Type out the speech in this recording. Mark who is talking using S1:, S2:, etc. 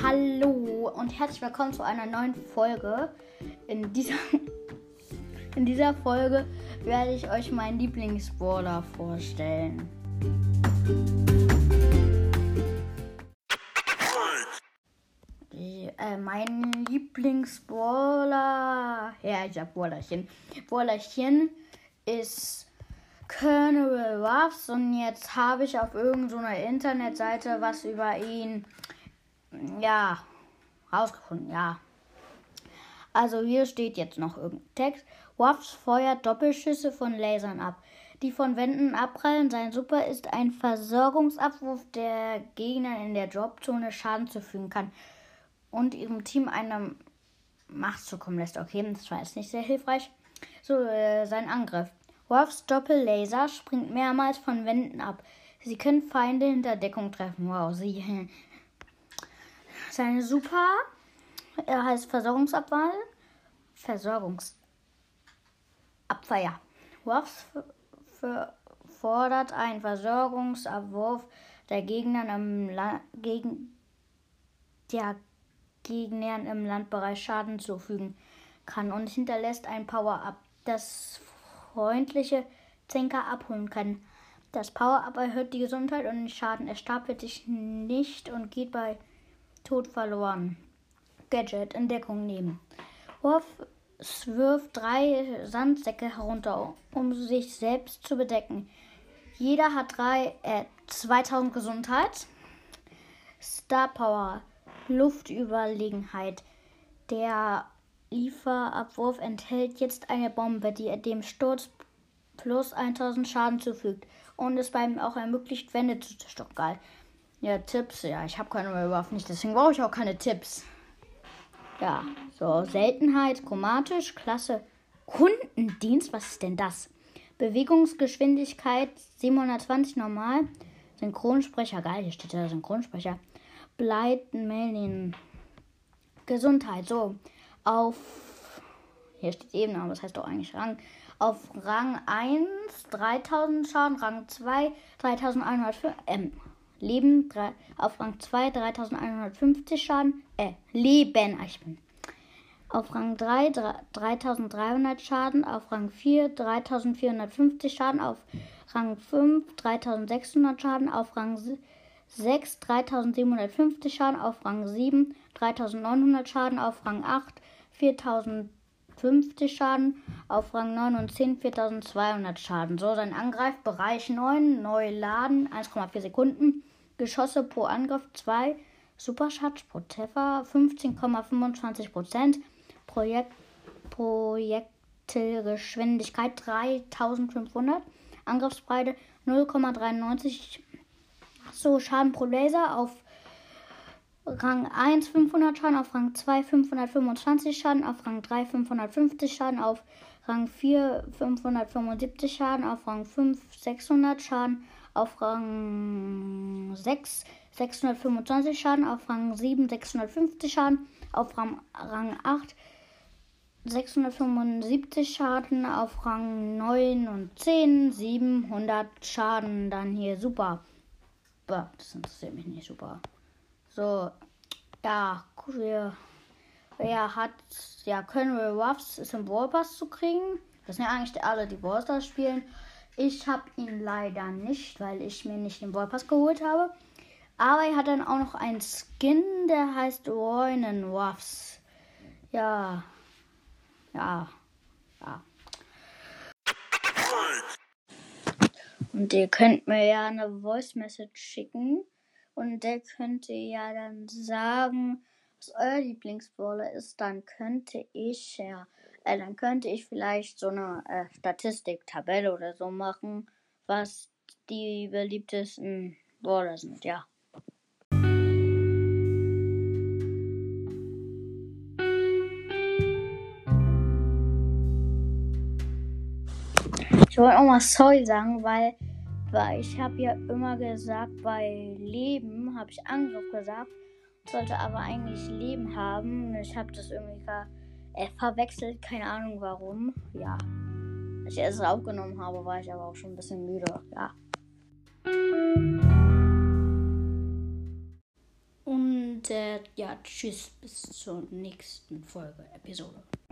S1: Hallo und herzlich willkommen zu einer neuen Folge. In dieser Folge werde ich euch meinen Lieblingsbrawler vorstellen. Mein Lieblingsbrawler, ich sag Brawlerchen. Brawlerchen ist Colonel Ruffs und jetzt habe ich auf irgendeiner Internetseite was über ihn rausgefunden, Also hier steht jetzt noch irgendein Text. Ruffs feuert Doppelschüsse von Lasern ab, die von Wänden abprallen. Sein Super ist ein Versorgungsabwurf, der Gegnern in der Dropzone Schaden zufügen kann und ihrem Team eine Macht zukommen lässt. Okay, das war jetzt nicht sehr hilfreich. Sein Angriff. Ruffs Doppellaser springt mehrmals von Wänden ab. Sie können Feinde hinter Deckung treffen. Wow, Seine Super, er heißt Versorgungsabwehr, ja. Ruffs fordert einen Versorgungsabwurf, der Gegnern im Landbereich Schaden zufügen kann und hinterlässt ein Power-Up, das freundliche Zenker abholen kann. Das Power-Up erhöht die Gesundheit und den Schaden. Es stapelt sich nicht und geht bei Tod verloren. Gadget in Deckung nehmen. Ruffs wirft 3 Sandsäcke herunter, um sich selbst zu bedecken. Jeder hat 2000 Gesundheit. Star Power, Luftüberlegenheit. Der Lieferabwurf enthält jetzt eine Bombe, die dem Sturz plus 1000 Schaden zufügt und es beim auch ermöglicht, Wände zu zerstören. Geil. Ja, Tipps. Ja, ich habe keine Waffe nicht, deswegen brauche ich auch keine Tipps. Ja, Seltenheit, chromatisch, Klasse, Kundendienst, was ist denn das? Bewegungsgeschwindigkeit 720 normal, Synchronsprecher, geil, hier steht ja Synchronsprecher. Bleitenmelin, Gesundheit, hier steht Ebene, aber das heißt doch eigentlich Rang. Auf Rang 1 3000 Schaden, Rang 2 3100 Leben, auf Rang 2 3150 Schaden, Leben, auf Rang 3 3300 Schaden, auf Rang 4 3450 Schaden, auf Rang 5 3600 Schaden, auf Rang 6 3750 Schaden, auf Rang 7 3900 Schaden, auf Rang 8 4050 Schaden, auf Rang 9 und 10 4200 Schaden. Sein Angreifbereich 9, neu laden, 1,4 Sekunden, Geschosse pro Angriff 2, Superschatz pro Treffer 15,25%, Projektilgeschwindigkeit 3500, Angriffsbreite 0,93, Schaden pro Laser auf Rang 1 500 Schaden, auf Rang 2 525 Schaden, auf Rang 3 550 Schaden, auf Rang 4 575 Schaden, auf Rang 5 600 Schaden, auf Rang 6 625 Schaden, auf Rang 7 650 Schaden, auf Rang 8 675 Schaden, auf Rang 9 und 10 700 Schaden. Dann hier Super. Das interessiert mich nicht, super. Colonel Ruffs ist im Brawl Pass zu kriegen. Das sind ja eigentlich alle, die Brawl Stars spielen. Ich habe ihn leider nicht, weil ich mir nicht den Brawl Pass geholt habe. Aber er hat dann auch noch einen Skin, der heißt Roinen Ruffs. Ja. Und ihr könnt mir ja eine Voice Message schicken. Und der könnte ja dann sagen, was euer Lieblingsbrawler ist. Dann könnte ich vielleicht so eine Statistik-Tabelle oder so machen, was die beliebtesten Brawler sind, ja. Ich wollte auch mal sorry sagen, weil ich habe ja immer gesagt, bei Leben habe ich Angriff gesagt, sollte aber eigentlich Leben haben. Ich habe das irgendwie verwechselt, keine Ahnung warum. Ja, als ich es aufgenommen habe, war ich aber auch schon ein bisschen müde, ja. Und Und ja, tschüss, bis zur nächsten Episode.